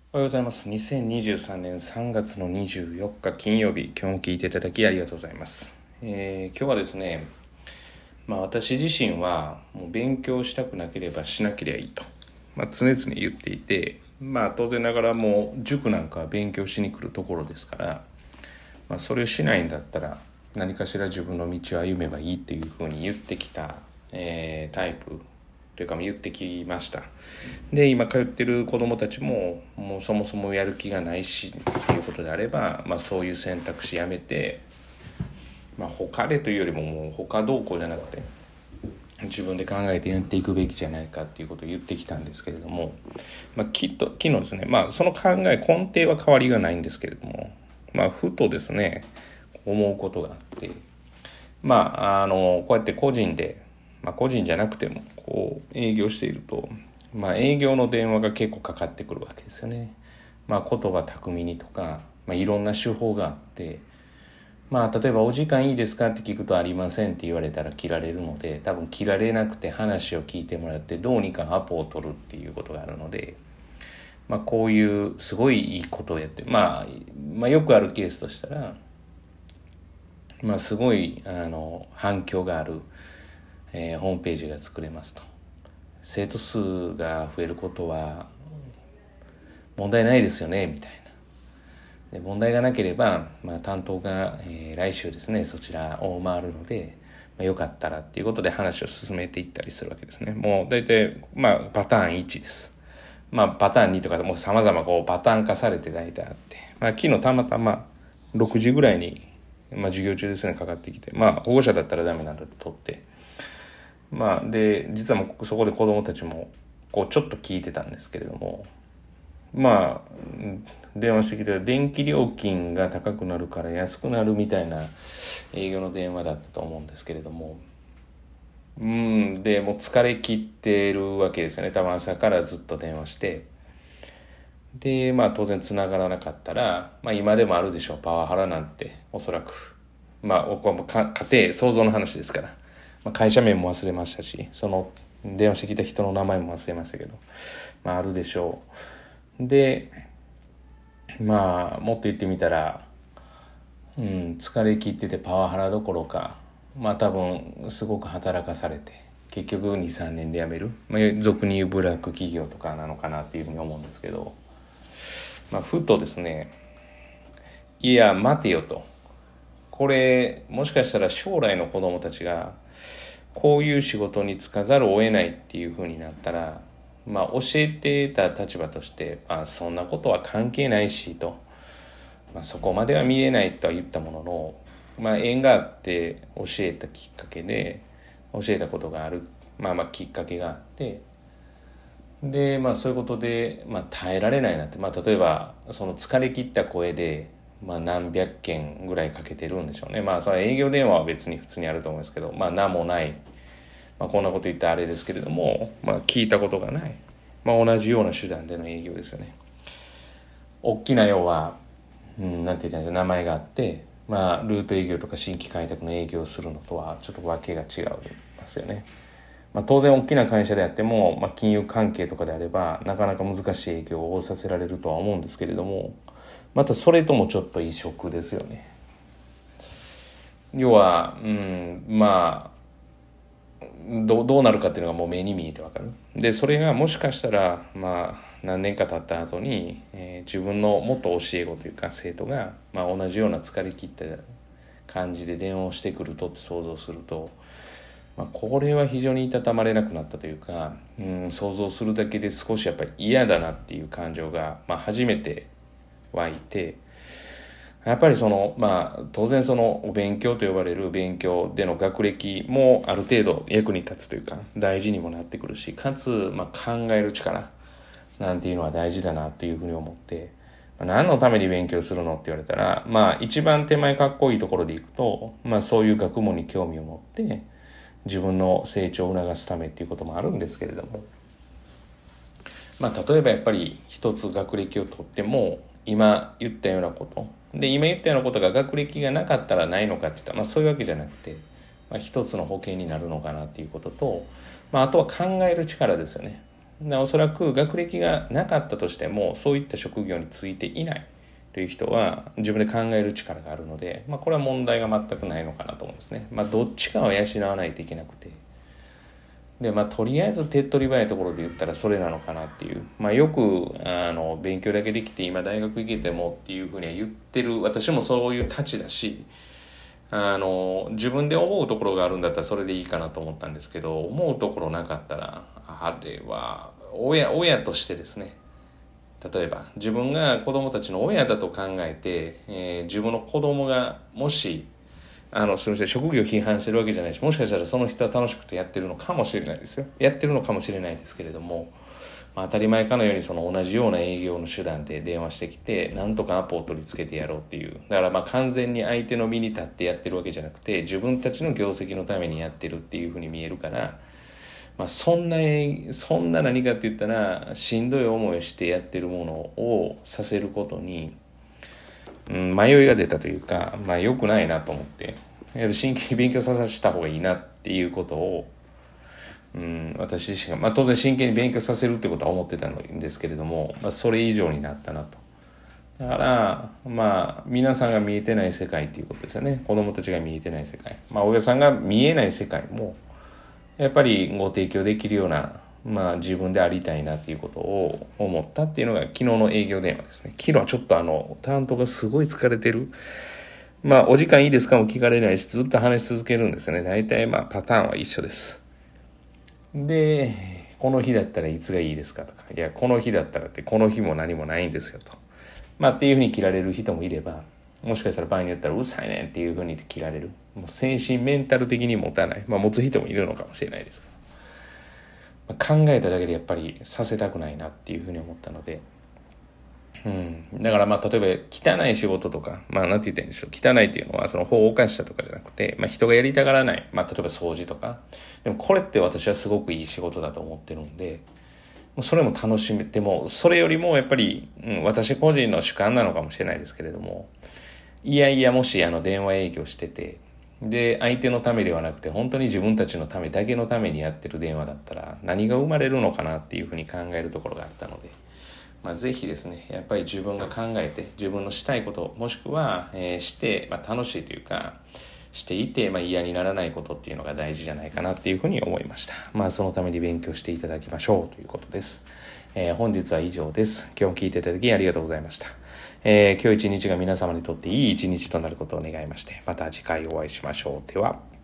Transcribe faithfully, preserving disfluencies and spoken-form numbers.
おはようございます。にせんにじゅうさんねんさんがつのにじゅうよっか金曜日、今日も聞いていただきありがとうございます。えー今日はですね、まあ私自身はもう勉強したくなければしなければいいと、まあ、常々言っていて、まあ当然ながらもう塾なんかは勉強しに来るところですから、まあ、それをしないんだったら何かしら自分の道を歩めばいいっていうふうに言ってきた、えータイプというか言ってきました。で今通ってる子どもたちももうそもそもやる気がないしっていうことであれば、まあ、そういう選択肢やめて、まあ、他でというよりももう他どうこうじゃなくて自分で考えてやっていくべきじゃないかっていうことを言ってきたんですけれども、まあ、きっと昨日ですね、まあ、その考え根底は変わりがないんですけれども、まあ、ふとですね思うことがあって、まああのこうやって個人で、まあ、個人じゃなくてもこう営業していると、まあ、営業の電話が結構かかってくるわけですよね。まあ、言葉巧みにとか、まあ、いろんな手法があって、まあ、例えば「お時間いいですか?」って聞くと「ありません」って言われたら切られるので、多分切られなくて話を聞いてもらってどうにかアポを取るっていうことがあるので、まあ、こういうすごいいいことをやって、まあ、まあよくあるケースとしたら、まあ、すごいあの反響がある、えーホームページが作れますと。生徒数が増えることは問題ないですよねみたいな。で問題がなければ、まあ、担当が、えー来週ですねそちらを回るので、まあ、よかったらっていうことで話を進めていったりするわけですね。もう大体、まあ、パターンいちです。まあ、パターンにとかもう様々こうパターン化されて大体あって、まあ、昨日たまたまろくじぐらいに、まあ、授業中ですねかかってきて、まあ保護者だったらダメなので取って、まあで実はもうそこで子どもたちもこうちょっと聞いてたんですけれども、まあ電話してきて電気料金が高くなるから安くなるみたいな営業の電話だったと思うんですけれども、うんでもう疲れ切ってるわけですよね。多分朝からずっと電話して、でまあ当然繋がらなかったら、まあ今でもあるでしょうパワハラなんて。おそらくまあこれも家庭想像の話ですから、まあ、会社名も忘れましたし、その電話してきた人の名前も忘れましたけど、まああるでしょう。でまあもっと言ってみたら、うん、疲れ切っててパワハラどころか、まあ多分すごく働かされて結局にさんねんで辞める、まあ、俗に言うブラック企業とかなのかなっていうふうに思うんですけど、まあ、ふとですね、いや待てよと、これもしかしたら将来の子供たちがこういう仕事に就かざるを得ないっていう風になったら、まあ教えてた立場として、まあ、そんなことは関係ないしと、まあ、そこまでは見えないとは言ったものの、まあ縁があって教えたきっかけで教えたことがある、まあまあきっかけがあって、でまあそういうことで、まあ、耐えられないなって、まあ、例えばその疲れ切った声で、まあ、何百件ぐらいかけてるんでしょうね。まあそれは営業電話は別に普通にあると思うんですけど、まあ名もない、まあ、こんなこと言ったらあれですけれども、まあ、聞いたことがない、まあ、同じような手段での営業ですよね。大きな要は、うん、なんて言ったんですか、名前があって、まあルート営業とか新規開拓の営業をするのとはちょっとわけが違いますよね。まあ、当然大きな会社であっても、まあ、金融関係とかであればなかなか難しい営業をさせられるとは思うんですけれども、またそれともちょっと異色ですよね。要は、うん、まあどう、どうなるかっていうのがもう目に見えてわかる。でそれがもしかしたら、まあ、何年か経った後に、えー自分の元教え子というか生徒が、まあ、同じような疲れ切った感じで電話をしてくるとって想像すると、まあ、これは非常にいたたまれなくなったというか、うん、想像するだけで少しやっぱり嫌だなっていう感情が、まあ、初めて湧いて、やっぱりその、まあ、当然そのお勉強と呼ばれる勉強での学歴もある程度役に立つというか大事にもなってくるし、かつ、まあ、考える力なんていうのは大事だなというふうに思って、まあ何のために勉強するのって言われたら、まあ一番手前かっこいいところでいくと、まあそういう学問に興味を持って自分の成長を促すためっていうこともあるんですけれども、まあ例えばやっぱり一つ学歴を取っても今言ったようなことで、今言ったようなことが学歴がなかったらないのかって言ったら、まあそういうわけじゃなくて、まあ、一つの保険になるのかなっていうことと、まああとは考える力ですよね。 おそらく学歴がなかったとしてもそういった職業についていないという人は自分で考える力があるので、まあ、これは問題が全くないのかなと思うんですね。まあ、どっちかは養わないといけなくて、で、まあ、とりあえず手っ取り早いところで言ったらそれなのかなっていう、まあ、よくあの勉強だけできて今大学行けてもっていうふうには言ってる、私もそういうたちだし、あの自分で思うところがあるんだったらそれでいいかなと思ったんですけど、思うところなかったらあれは親親としてですね、例えば自分が子供たちの親だと考えて、えー、自分の子供がもしあのすみません職業を批判してるわけじゃないし、もしかしたらその人は楽しくてやってるのかもしれないですよ、やってるのかもしれないですけれども、まあ、当たり前かのようにその同じような営業の手段で電話してきてなんとかアポを取り付けてやろうっていう、だからまあ完全に相手の身に立ってやってるわけじゃなくて自分たちの業績のためにやってるっていうふうに見えるから、まあ、そんなそんな何かって言ったらしんどい思いをしてやってるものをさせることに、うん、迷いが出たというか、まあ良くないなと思って、やはり真剣に勉強させた方がいいなっていうことを、うん、私自身が、まあ、当然真剣に勉強させるってことは思ってたんですけれども、まあ、それ以上になったなと。だからまあ皆さんが見えてない世界っていうことですよね。子供たちが見えてない世界、まあ親さんが見えない世界もやっぱりご提供できるような、まあ自分でありたいなっていうことを思ったっていうのが昨日の営業電話ですね。昨日はちょっとあの担当がすごい疲れてる。まあお時間いいですかも聞かれないしずっと話し続けるんですよね。大体まあパターンは一緒です。で、この日だったらいつがいいですかとか、いやこの日だったらってこの日も何もないんですよと。まあっていうふうに切られる人もいれば、もしかしたら場合によったらうるさいねんっていうふうに切られる。もう精神メンタル的に持たない。まあ持つ人もいるのかもしれないですけど、まあ、考えただけでやっぱりさせたくないなっていうふうに思ったので、うん。だからまあ例えば汚い仕事とか、まあなんて言ったらいいんでしょう。汚いっていうのはその法を犯したとかじゃなくて、まあ人がやりたがらない。まあ例えば掃除とか。でもこれって私はすごくいい仕事だと思ってるんで、それも楽しめても、それよりもやっぱり、うん、私個人の主観なのかもしれないですけれども、いやいやもしあの電話営業してて、で相手のためではなくて本当に自分たちのためだけのためにやってる電話だったら何が生まれるのかなっていうふうに考えるところがあったので、まあ、ぜひですねやっぱり自分が考えて自分のしたいこともしくは、えー、して、まあ、楽しいというかしていて、まあ、嫌にならないことっていうのが大事じゃないかなっていうふうに思いました。まあそのために勉強していただきましょうということです。えー、本日は以上です。今日も聞いていただきありがとうございました。えー、今日一日が皆様にとっていい一日となることを願いまして、また次回お会いしましょう。では。